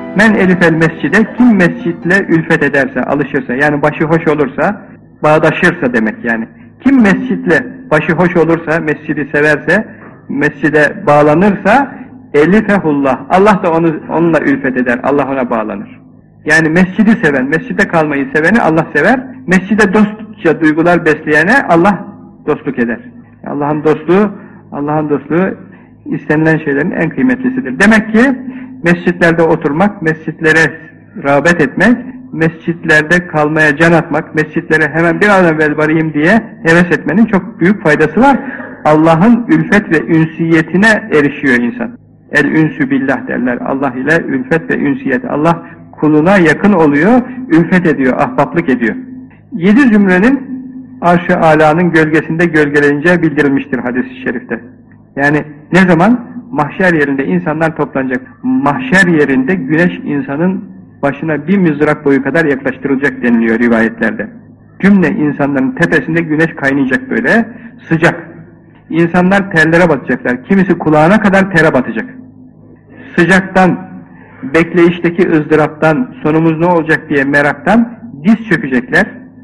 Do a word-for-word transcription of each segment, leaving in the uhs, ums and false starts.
Men elifel mescide, kim mescitle ülfet ederse, alışırsa, yani başı hoş olursa, bağdaşırsa demek yani. Kim mescitle başı hoş olursa, mescidi severse, mescide bağlanırsa, elifehullah, Allah da onu onunla ülfet eder, Allah ona bağlanır. Yani mescidi seven, mescide kalmayı seveni Allah sever, mescide dostça duygular besleyene Allah dostluk eder. Allah'ın dostluğu, Allah'ın dostluğu istenilen şeylerin en kıymetlisidir. Demek ki mescitlerde oturmak, mescitlere rağbet etmek, mescitlerde kalmaya can atmak, mescitlere hemen bir an evvel varayım diye heves etmenin çok büyük faydası var. Allah'ın ülfet ve ünsiyetine erişiyor insan. El-ünsü billah derler. Allah ile ülfet ve ünsiyet. Allah kuluna yakın oluyor, ülfet ediyor, ahbaplık ediyor. Yedi zümrenin arş-ı âlâ'nın gölgesinde gölgeleneceği bildirilmiştir hadis-i şerifte. Yani ne zaman? Mahşer yerinde insanlar toplanacak. Mahşer yerinde güneş insanın başına bir mızrak boyu kadar yaklaştırılacak deniliyor rivayetlerde. Cümle insanların tepesinde güneş kaynayacak böyle, sıcak. İnsanlar terlere batacaklar. Kimisi kulağına kadar tere batacak. Sıcaktan, bekleyişteki ızdıraptan, sonumuz ne olacak diye meraktan diz çökecekler.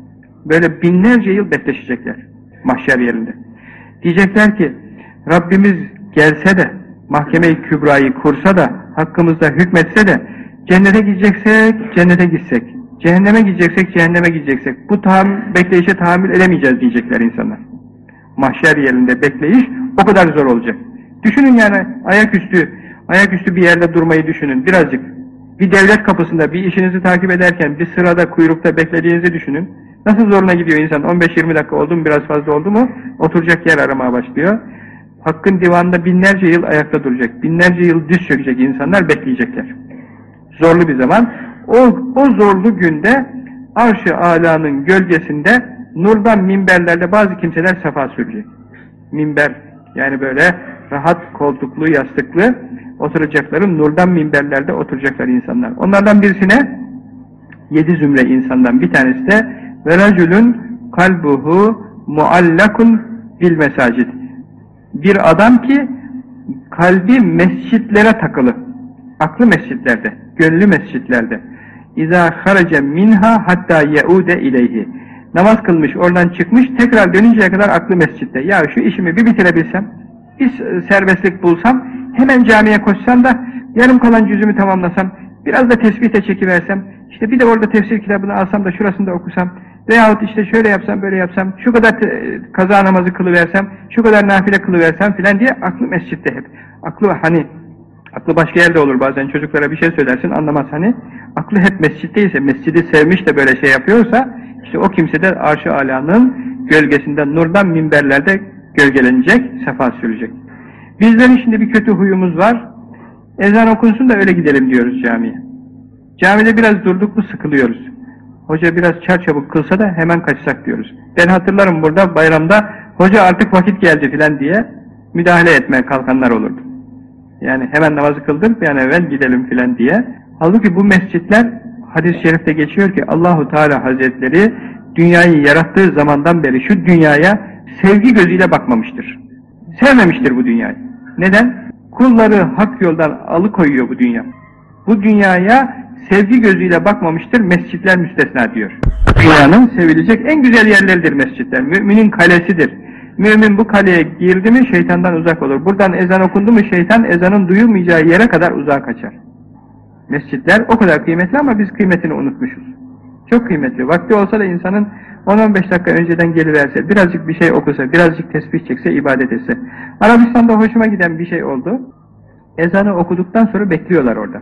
Böyle binlerce yıl bekleşecekler mahşer yerinde. Diyecekler ki, Rabbimiz gelse de, mahkeme-i kübrayı kursa da, hakkımızda hükmetse de, cennete gideceksek, cennete gitsek, cehenneme gideceksek, cehenneme gideceksek, bu tahammül, bekleyişe tahammül edemeyeceğiz diyecekler insanlar. Mahşer yerinde bekleyiş o kadar zor olacak. Düşünün yani ayaküstü, ayaküstü bir yerde durmayı düşünün birazcık. Bir devlet kapısında bir işinizi takip ederken bir sırada, kuyrukta beklediğinizi düşünün. Nasıl zoruna gidiyor insan? on beş yirmi dakika oldu mu, biraz fazla oldu mu oturacak yer aramaya başlıyor. Hakkın divanında binlerce yıl ayakta duracak, binlerce yıl diz çökecek insanlar bekleyecekler. Zorlu bir zaman. O, o zorlu günde arş-ı âlâ'nın gölgesinde nurdan minberlerde bazı kimseler sefa sürecek. Minber yani böyle rahat koltuklu, yastıklı oturacakları nurdan minberlerde oturacaklar insanlar. Onlardan birisine yedi zümre insandan bir tanesi de veracülün kalbuhu muallakun bil mesacid. Bir adam ki kalbi mescitlere takılı. Aklı mescitlerde, gönlü mescitlerde. İzâ harace minha hatta yeude ileyhi. Namaz kılmış, oradan çıkmış, tekrar dönünceye kadar aklı mescitte. Ya şu işimi bir bitirebilsem, bir serbestlik bulsam, hemen camiye koşsam da yarım kalan cüzümü tamamlasam, biraz da tesbihte çekiversem, işte bir de orada tefsir kitabını alsam da şurasını da okusam, veyahut işte şöyle yapsam, böyle yapsam, şu kadar kaza namazı kılıversem, şu kadar nafile kılıversem filan diye aklı mescitte hep. Aklı hani, aklı başka yerde olur bazen, çocuklara bir şey söylersin anlamaz hani, aklı hep mescitteyse, mescidi sevmiş de böyle şey yapıyorsa, işte o kimse de arş-ı âlâ'nın gölgesinde nurdan minberlerde gölgelenecek, sefa sürecek. Bizlerin şimdi bir kötü huyumuz var, ezan okunsun da öyle gidelim diyoruz camiye. Camide biraz durduk mu sıkılıyoruz. Hoca biraz çarçabuk kılsa da hemen kaçsak diyoruz. Ben hatırlarım burada bayramda, hoca artık vakit geldi filan diye müdahale etmeye kalkanlar olurdu. Yani hemen namazı kıldır, bir an evvel gidelim filan diye. Halbuki bu mescitler, hadis-i şerifte geçiyor ki Allahu Teala Hazretleri dünyayı yarattığı zamandan beri şu dünyaya sevgi gözüyle bakmamıştır. Sevmemiştir bu dünyayı. Neden? Kulları hak yoldan alıkoyuyor bu dünya. Bu dünyaya sevgi gözüyle bakmamıştır, mescitler müstesna diyor. Dünyanın sevilecek en güzel yerleridir mescitler. Müminin kalesidir. Mümin bu kaleye girdi mi şeytandan uzak olur. Buradan ezan okundu mu şeytan ezanın duyulmayacağı yere kadar uzağa kaçar. Mescitler o kadar kıymetli ama biz kıymetini unutmuşuz. Çok kıymetli. Vakti olsa da insanın on on beş dakika önceden geliverse, birazcık bir şey okusa, birazcık tesbih çekse, ibadet etse. Arabistan'da hoşuma giden bir şey oldu. Ezanı okuduktan sonra bekliyorlar orada.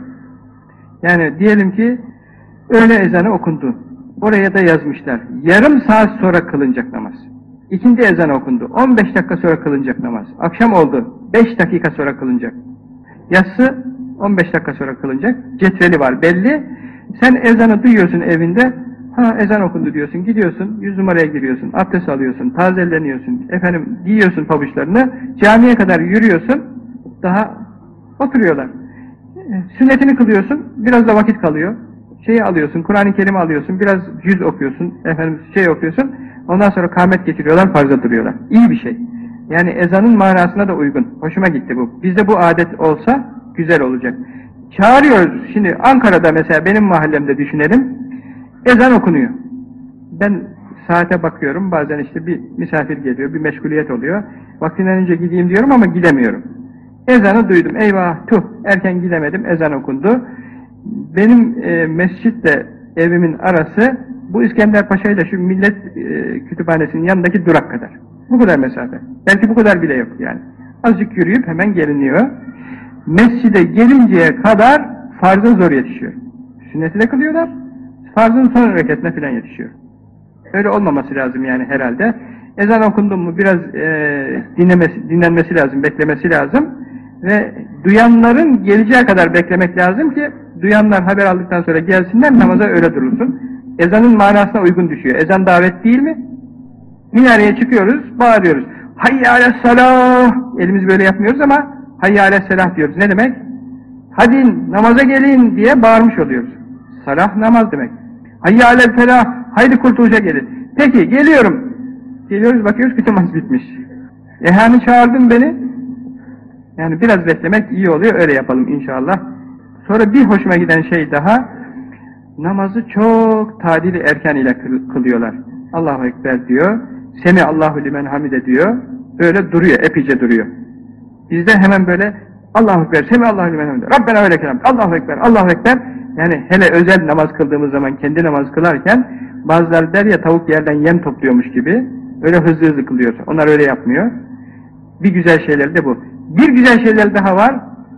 Yani diyelim ki öğle ezanı okundu. Oraya da yazmışlar. Yarım saat sonra kılınacak namaz. İkinci ezan okundu. on beş dakika sonra kılınacak namaz. Akşam oldu. beş dakika sonra kılınacak. Yatsı on beş dakika sonra kılınacak. Cetveli var belli. Sen ezanı duyuyorsun evinde. Ha ezan okundu diyorsun. Gidiyorsun. Yüz numaraya giriyorsun. Abdest alıyorsun. Tazeleniyorsun. Efendim giyiyorsun pabuçlarını. Camiye kadar yürüyorsun. Daha oturuyorlar. Sünnetini kılıyorsun. Biraz da vakit kalıyor. Şeyi alıyorsun. Kur'an-ı Kerim'i alıyorsun. Biraz yüz okuyorsun. Efendim şey okuyorsun. Ondan sonra kâmet getiriyorlar. Farza duruyorlar. İyi bir şey. Yani ezanın manasına da uygun. Hoşuma gitti bu. Bizde bu adet olsa güzel olacak. Çağırıyoruz. Şimdi Ankara'da mesela benim mahallemde düşünelim. Ezan okunuyor. Ben saate bakıyorum. Bazen işte bir misafir geliyor, bir meşguliyet oluyor. Vaktinden önce gideyim diyorum ama gidemiyorum. Ezanı duydum. Eyvah, tuh, erken gidemedim. Ezan okundu. Benim e, mescitle evimin arası bu İskenderpaşa ile şu Millet e, Kütüphanesi'nin yanındaki durak kadar. Bu kadar mesafe. Belki bu kadar bile yok yani. Azıcık yürüyüp hemen geliniyor. Mescide gelinceye kadar farza zor yetişiyor. Sünneti de kılıyorlar. Farzın son rekatine filan yetişiyor. Öyle olmaması lazım yani herhalde. Ezan okundu mu biraz e, dinlemesi, dinlenmesi lazım, beklemesi lazım. Ve duyanların geleceği kadar beklemek lazım ki duyanlar haber aldıktan sonra gelsinler, namaza öyle durulsun. Ezanın manasına uygun düşüyor. Ezan davet değil mi? Minareye çıkıyoruz, bağırıyoruz. Hayya aleyhisselah! Elimizi böyle yapmıyoruz ama hayya aleyhisselah diyoruz. Ne demek? Hadi namaza gelin diye bağırmış oluyoruz. Salah namaz demek. Hayya aleyhisselah! Haydi kurtuluşa gelin. Peki geliyorum. Geliyoruz, bakıyoruz ki namaz bitmiş. E hani çağırdın beni? Yani biraz beklemek iyi oluyor, öyle yapalım inşallah. Sonra bir hoşuma giden şey daha, namazı çok tadili erken ile kılıyorlar. Allahu Ekber diyor, Semi Allahu limen hamide diyor, öyle duruyor, epeyce duruyor. Bizde hemen böyle Allahu Ekber, Semi Allahu limen hamide, Rabbena ve lekel hamd, Allahu Ekber, Allahu Ekber. Yani hele özel namaz kıldığımız zaman, kendi namaz kılarken, bazıları der ya tavuk yerden yem topluyormuş gibi, öyle hızlı hızlı kılıyor. Onlar öyle yapmıyor. Bir güzel şeyler de bu. Bir güzel şeyler daha var.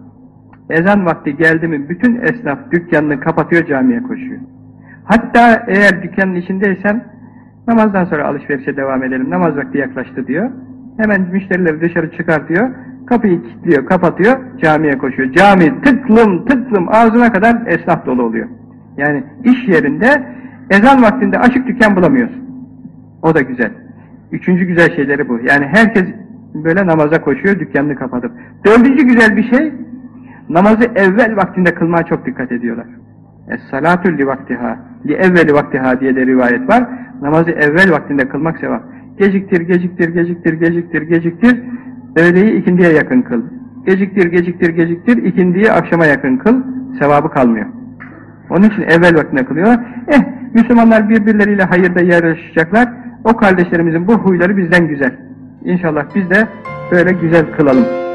Ezan vakti geldi mi bütün esnaf dükkanını kapatıyor, camiye koşuyor. Hatta eğer dükkanın içindeysen namazdan sonra alışverişe devam edelim, namaz vakti yaklaştı diyor. Hemen müşterileri dışarı çıkartıyor, kapıyı kilitliyor, kapatıyor, camiye koşuyor. Cami tıklım tıklım ağzına kadar esnaf dolu oluyor. Yani iş yerinde ezan vaktinde açık dükkan bulamıyorsun. O da güzel. Üçüncü güzel şeyleri bu. Yani herkes böyle namaza koşuyor, dükkanını kapatıp. Dördüncü güzel bir şey, namazı evvel vaktinde kılmaya çok dikkat ediyorlar. Es-salatu li vaktiha, li evveli vaktiha diye de rivayet var. Namazı evvel vaktinde kılmak sevap. Geciktir, geciktir, geciktir, geciktir, geciktir, öğleyi ikindiye yakın kıl. Geciktir, geciktir, geciktir, ikindiyi akşama yakın kıl, sevabı kalmıyor. Onun için evvel vaktinde kılıyorlar. Eh, Müslümanlar birbirleriyle hayırda yarışacaklar. O kardeşlerimizin bu huyları bizden güzel. İnşallah biz de böyle güzel kılalım.